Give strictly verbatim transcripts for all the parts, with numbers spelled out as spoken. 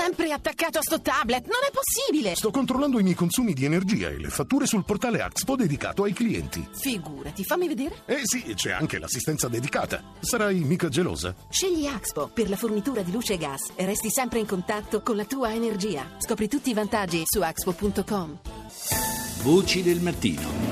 sempre attaccato a sto tablet, non è possibile! Sto controllando i miei consumi di energia e le fatture sul portale Axpo dedicato ai clienti. Figurati, fammi vedere. Eh sì, c'è anche l'assistenza dedicata. Sarai mica gelosa? Scegli Axpo per la fornitura di luce e gas e resti sempre in contatto con la tua energia. Scopri tutti i vantaggi su axpo punto com. Voci del mattino.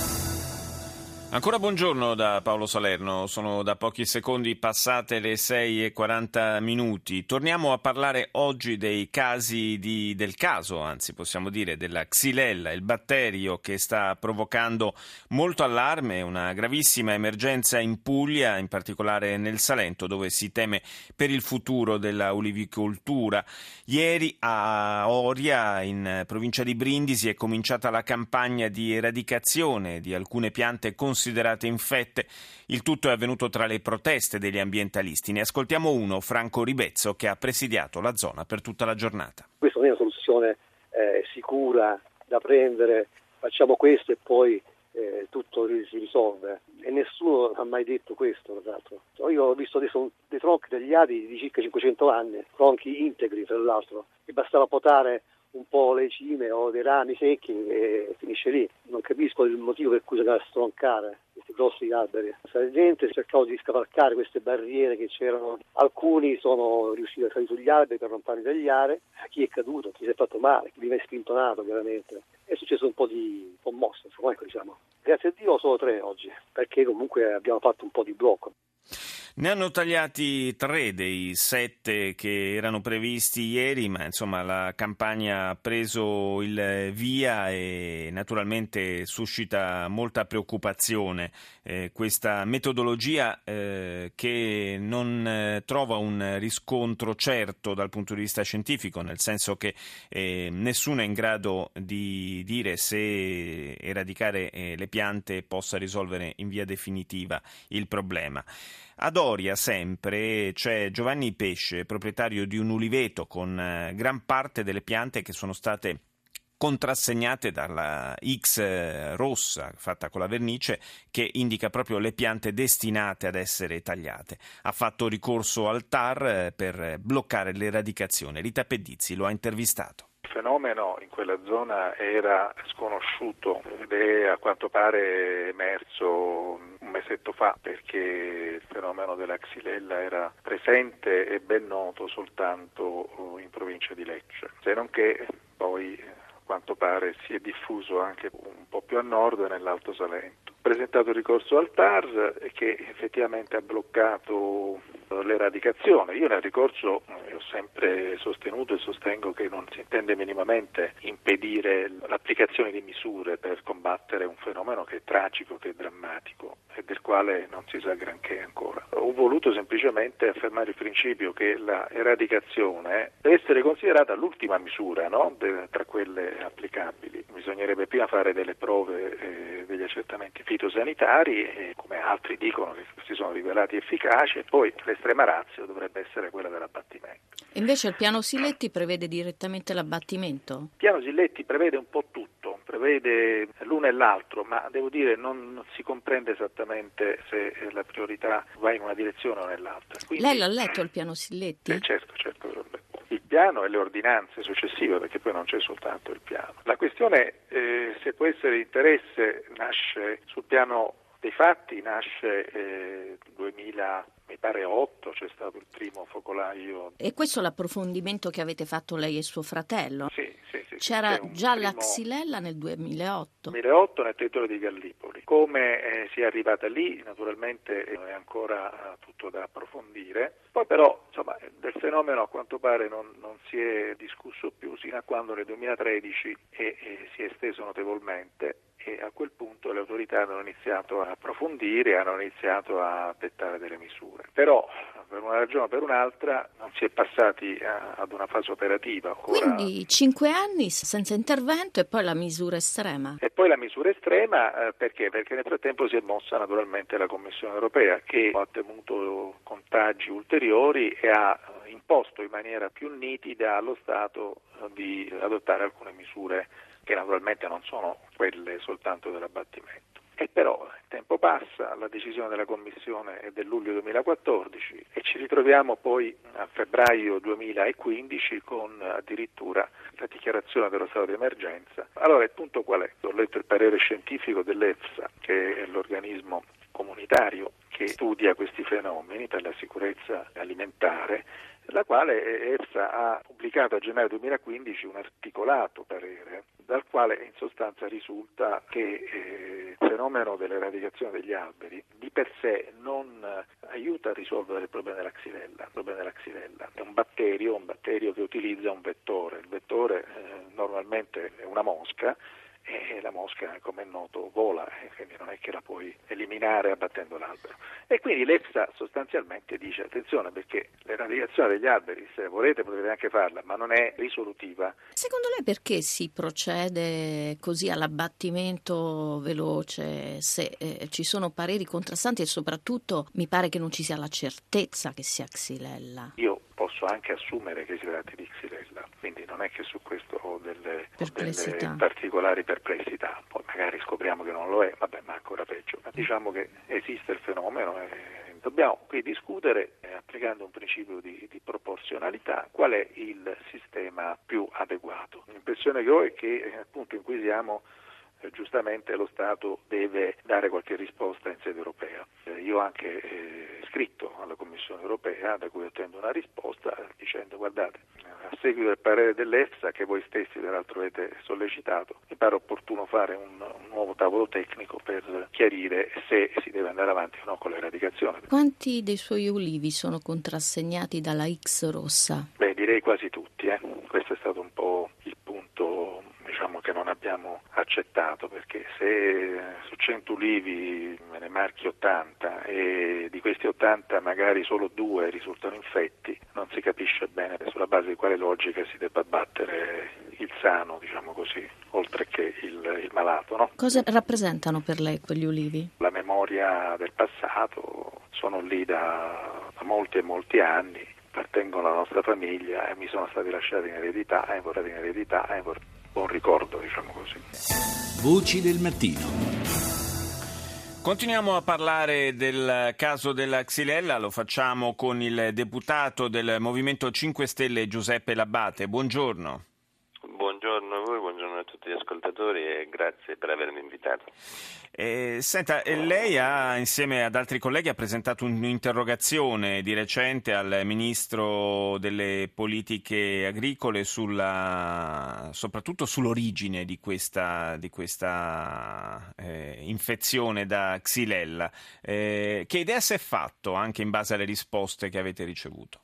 Ancora buongiorno da Paolo Salerno, sono da pochi secondi passate le sei e quaranta minuti. Torniamo a parlare oggi dei casi di, del caso, anzi possiamo dire della Xylella, il batterio che sta provocando molto allarme, una gravissima emergenza in Puglia, in particolare nel Salento, dove si teme per il futuro della olivicoltura. Ieri a Oria, in provincia di Brindisi, è cominciata la campagna di eradicazione di alcune piante considerate considerate infette. Il tutto è avvenuto tra le proteste degli ambientalisti. Ne ascoltiamo uno, Franco Ribezzo, che ha presidiato la zona per tutta la giornata. Questa non è una soluzione eh, sicura da prendere, facciamo questo e poi eh, tutto si risolve. E nessuno ha mai detto questo, tra l'altro. Io ho visto adesso dei tronchi tagliati di circa cinquecento anni, tronchi integri tra l'altro, e bastava potare un po' le cime o dei rami secchi e finisce lì. Non capisco il motivo per cui si deve stroncare questi grossi alberi. La gente cercava di scavalcare queste barriere che c'erano. Alcuni sono riusciti a salire sugli alberi per non farli tagliare. Chi è caduto, chi si è fatto male, chi viene spintonato chiaramente. È successo un po' di commosso, ecco, diciamo. Grazie a Dio solo tre oggi, perché comunque abbiamo fatto un po' di blocco. Ne hanno tagliati tre dei sette che erano previsti ieri, ma insomma la campagna ha preso il via e naturalmente suscita molta preoccupazione eh, questa metodologia eh, che non eh, trova un riscontro certo dal punto di vista scientifico, nel senso che eh, nessuno è in grado di dire se eradicare eh, le piante possa risolvere in via definitiva il problema. Ad Oria sempre c'è Giovanni Pesce, proprietario di un uliveto con gran parte delle piante che sono state contrassegnate dalla X rossa fatta con la vernice che indica proprio le piante destinate ad essere tagliate. Ha fatto ricorso al T A R per bloccare l'eradicazione. Rita Pedizzi lo ha intervistato. Il fenomeno in quella zona era sconosciuto ed è a quanto pare emerso un mesetto fa, perché il fenomeno della Xylella era presente e ben noto soltanto in provincia di Lecce, se non che poi a quanto pare si è diffuso anche un po' più a nord e nell'Alto Salento. Ho presentato il ricorso al T A R che effettivamente ha bloccato l'eradicazione. Io nel ricorso ho sempre sostenuto e sostengo che non si intende minimamente impedire l'applicazione di misure per combattere un fenomeno che è tragico, che è drammatico e del quale non si sa granché ancora. Ho voluto semplicemente affermare il principio che l'eradicazione deve essere considerata l'ultima misura, no? De, tra quelle applicabili. Bisognerebbe prima fare delle prove, eh, degli accertamenti fitosanitari e, come altri dicono, che si sono rivelati efficaci, e poi l'estrema ratio dovrebbe essere quella dell'abbattimento. Invece il piano Silletti prevede direttamente l'abbattimento? Il piano Silletti prevede un po' tutto, prevede l'uno e l'altro, ma devo dire non, non si comprende esattamente se la priorità va in una direzione o nell'altra. Quindi, lei l'ha letto il piano Silletti? Eh, certo, certo. Il piano e le ordinanze successive, perché poi non c'è soltanto il piano. La questione, eh, se può essere di interesse, nasce sul piano dei fatti, nasce eh, duemila, mi pare otto, c'è stato il primo focolaio. E questo è l'approfondimento che avete fatto lei e suo fratello? Sì, sì, sì. C'era già primo... la Xylella nel duemilaotto? duemilaotto nel territorio di Gallipoli. Come eh, si è arrivata lì, naturalmente è ancora eh, tutto da approfondire. Poi però, insomma, del fenomeno a quanto pare non, non si è discusso più sino a quando nel duemilatredici e, e si è esteso notevolmente, e a quel punto le autorità hanno iniziato a approfondire, hanno iniziato a dettare delle misure. Però per una ragione o per un'altra non si è passati a, ad una fase operativa. Ora... Quindi cinque anni senza intervento e poi la misura estrema. E poi la misura estrema eh, perché? Perché nel frattempo si è mossa naturalmente la Commissione europea, che ha temuto contagi ulteriori e ha imposto in maniera più nitida allo Stato eh, di adottare alcune misure che naturalmente non sono quelle soltanto dell'abbattimento. E però il tempo passa, la decisione della Commissione è del luglio duemilaquattordici e ci ritroviamo poi a febbraio duemilaquindici con addirittura la dichiarazione dello stato di emergenza. Allora il punto qual è? Ho letto il parere scientifico dell'EFSA, che è l'organismo comunitario che studia questi fenomeni per la sicurezza alimentare, la quale EFSA ha pubblicato a gennaio duemilaquindici un articolato parere dal quale in sostanza risulta che eh, il fenomeno dell'eradicazione degli alberi di per sé non aiuta a risolvere il problema della xylella. Il problema della xylella è un batterio, un batterio che utilizza un vettore. Il vettore eh, normalmente è una mosca, e la mosca, come è noto, vola, e quindi non è che la puoi eliminare abbattendo l'albero. E quindi l'EFSA sostanzialmente dice attenzione, perché l'eradicazione degli alberi, se volete potete anche farla, ma non è risolutiva. Secondo lei perché si procede così all'abbattimento veloce se eh, ci sono pareri contrastanti e soprattutto mi pare che non ci sia la certezza che sia xylella? Io posso anche assumere che si tratti di xylella, quindi non è che su questo ho delle, ho delle particolari perplessità, poi magari scopriamo che non lo è, vabbè, ma ancora peggio, ma diciamo che esiste il fenomeno e dobbiamo qui discutere, eh, applicando un principio di, di proporzionalità, qual è il sistema più adeguato. L'impressione che ho è che eh, appunto inquisiamo eh, giustamente lo Stato deve dare qualche risposta in sede europea. Eh, io ho anche eh, scritto alla Commissione europea, da cui attendo una risposta, dicendo guardate, a seguito del parere dell'EFSA, che voi stessi peraltro avete sollecitato, mi pare opportuno fare un, un nuovo tavolo tecnico per chiarire se si deve andare avanti o no con l'eradicazione. Quanti dei suoi ulivi sono contrassegnati dalla X rossa? Beh, direi quasi tutti, eh. Questo è stato un po' il punto, diciamo, che non abbiamo accettato, perché se su cento ulivi me ne marchi ottanta e di questi ottanta magari solo due risultano infetti, non si capisce bene sulla base di quale logica si debba battere il sano, diciamo così, oltre che il, il malato, no? Cosa rappresentano per lei quegli ulivi? La memoria del passato, sono lì da, da molti e molti anni, appartengono alla nostra famiglia e mi sono stati lasciati in eredità e portati in eredità e buon ricordo, diciamo così. Voci del mattino. Continuiamo a parlare del caso della xylella, lo facciamo con il deputato del Movimento cinque Stelle Giuseppe L'Abbate. Buongiorno. Buongiorno a voi, buongiorno a tutti gli ascoltatori e grazie per avermi invitato. Eh, senta, lei ha insieme ad altri colleghi ha presentato un'interrogazione di recente al Ministro delle Politiche Agricole sulla, soprattutto sull'origine di questa, di questa eh, infezione da xylella. Eh, che idea si è fatto anche in base alle risposte che avete ricevuto?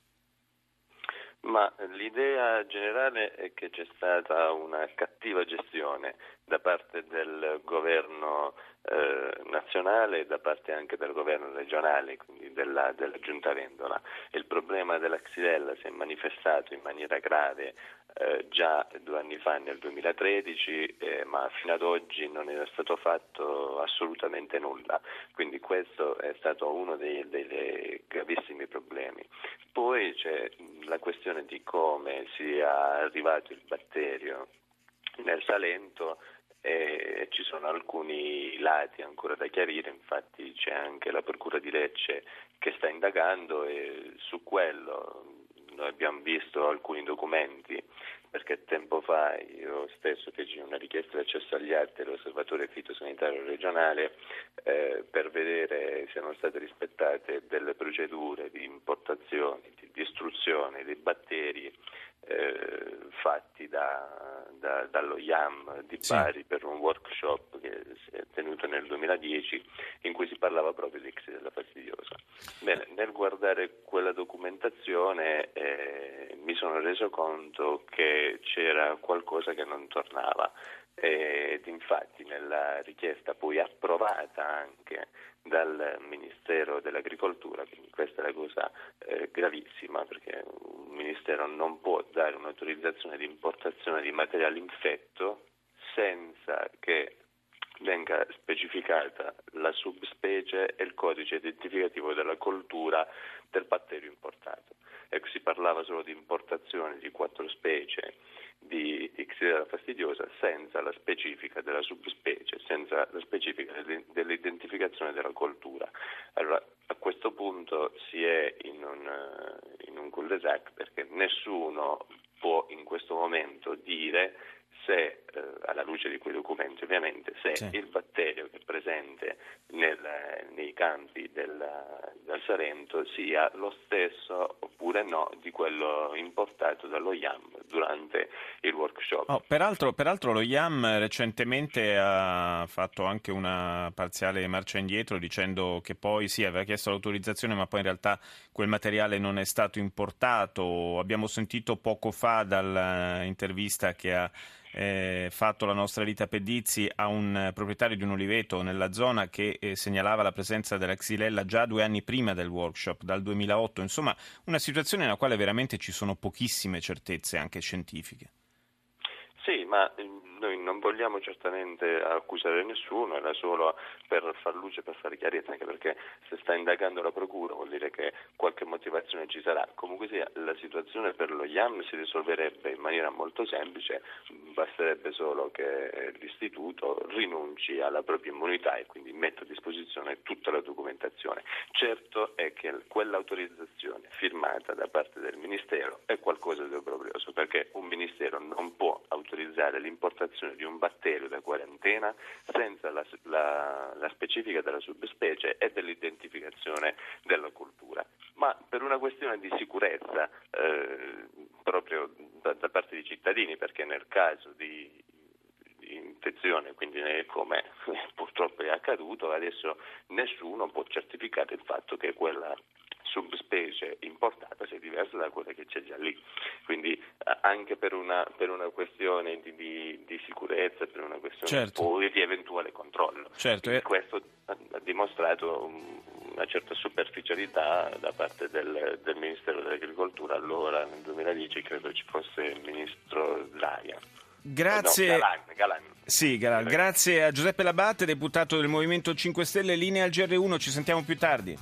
Ma l'idea generale è che c'è stata una cattiva gestione da parte del governo eh, nazionale e da parte anche del governo regionale, quindi della, della Giunta Vendola. Il problema della xylella si è manifestato in maniera grave eh, già due anni fa, nel duemilatredici, eh, ma fino ad oggi non era stato fatto assolutamente nulla. Quindi questo è stato uno dei, dei gravissimi problemi. Poi c'è la questione di come sia arrivato il batterio nel Salento e ci sono alcuni lati ancora da chiarire, infatti c'è anche la Procura di Lecce che sta indagando e su quello noi abbiamo visto alcuni documenti, perché tempo fa io stesso feci una richiesta di accesso agli atti dell'Osservatorio Fitosanitario Regionale eh, per vedere se erano state rispettate delle procedure di importazione, di distruzione dei batteri eh, fatti da, da, dallo I A M di Bari, sì, per un workshop che si è tenuto nel duemiladieci in cui si parlava proprio di xylella fastidiosa. Bene, nel guardare quella documentazione eh, mi sono reso conto che c'era qualcosa che non tornava ed infatti nella richiesta poi approvata anche dal Ministero dell'Agricoltura, quindi questa è la cosa eh, gravissima, perché un Ministero non può dare un'autorizzazione di importazione di materiale infetto senza che venga specificata la subspecie e il codice identificativo della coltura del batterio importato. Ecco, si parlava solo di importazione di quattro specie di, di xylella fastidiosa senza la specifica della subspecie, senza la specifica dell'identificazione della coltura. Allora, a questo punto si è in un, in un cul-de-sac, perché nessuno può in questo momento dire se, eh, alla luce di quei documenti ovviamente, se sì. il batterio che è presente nel, nei campi del, del Salento sia lo stesso oppure no di quello importato dallo I A M durante il workshop. Oh, peraltro, peraltro lo I A M recentemente ha fatto anche una parziale marcia indietro dicendo che poi sì, aveva chiesto l'autorizzazione ma poi in realtà quel materiale non è stato importato. Abbiamo sentito poco fa dall'intervista che ha Eh, fatto la nostra Rita Pedizzi a un eh, proprietario di un oliveto nella zona che eh, segnalava la presenza della xylella già due anni prima del workshop, dal duemilaotto. Insomma, una situazione nella quale veramente ci sono pochissime certezze anche scientifiche. Sì, ma noi non vogliamo certamente accusare nessuno, era solo per far luce, per fare chiarezza, anche perché se sta indagando la procura vuol dire che qualche motivazione ci sarà. Comunque sia, la situazione per lo I A M si risolverebbe in maniera molto semplice, basterebbe solo che l'istituto rinunci alla propria immunità e quindi metta a disposizione tutta la documentazione. Certo è che quell'autorizzazione firmata da parte del Ministero è qualcosa di obbrobrioso, perché un Ministero non può autorizzare l'importazione di un batterio da quarantena senza la, la, la specifica della subspecie e dell'identificazione della cultura. Ma per una questione di sicurezza eh, proprio da, da parte dei cittadini, perché nel caso di infezione, quindi come purtroppo è accaduto, adesso nessuno può certificare il fatto che quella subspecie importata sia diversa da quella che c'è già lì. Quindi anche per una, per una questione di, di, di sicurezza, per una questione certo. poi di eventuale controllo. Certo. E... questo ha dimostrato una certa superficialità da parte del, del Ministero dell'Agricoltura. Allora nel duemiladieci credo ci fosse il ministro Zaia. Grazie. No, Galan, Galan. Sì, Galan. Grazie a Giuseppe Labatte, deputato del Movimento cinque Stelle. Linea al G R uno, ci sentiamo più tardi.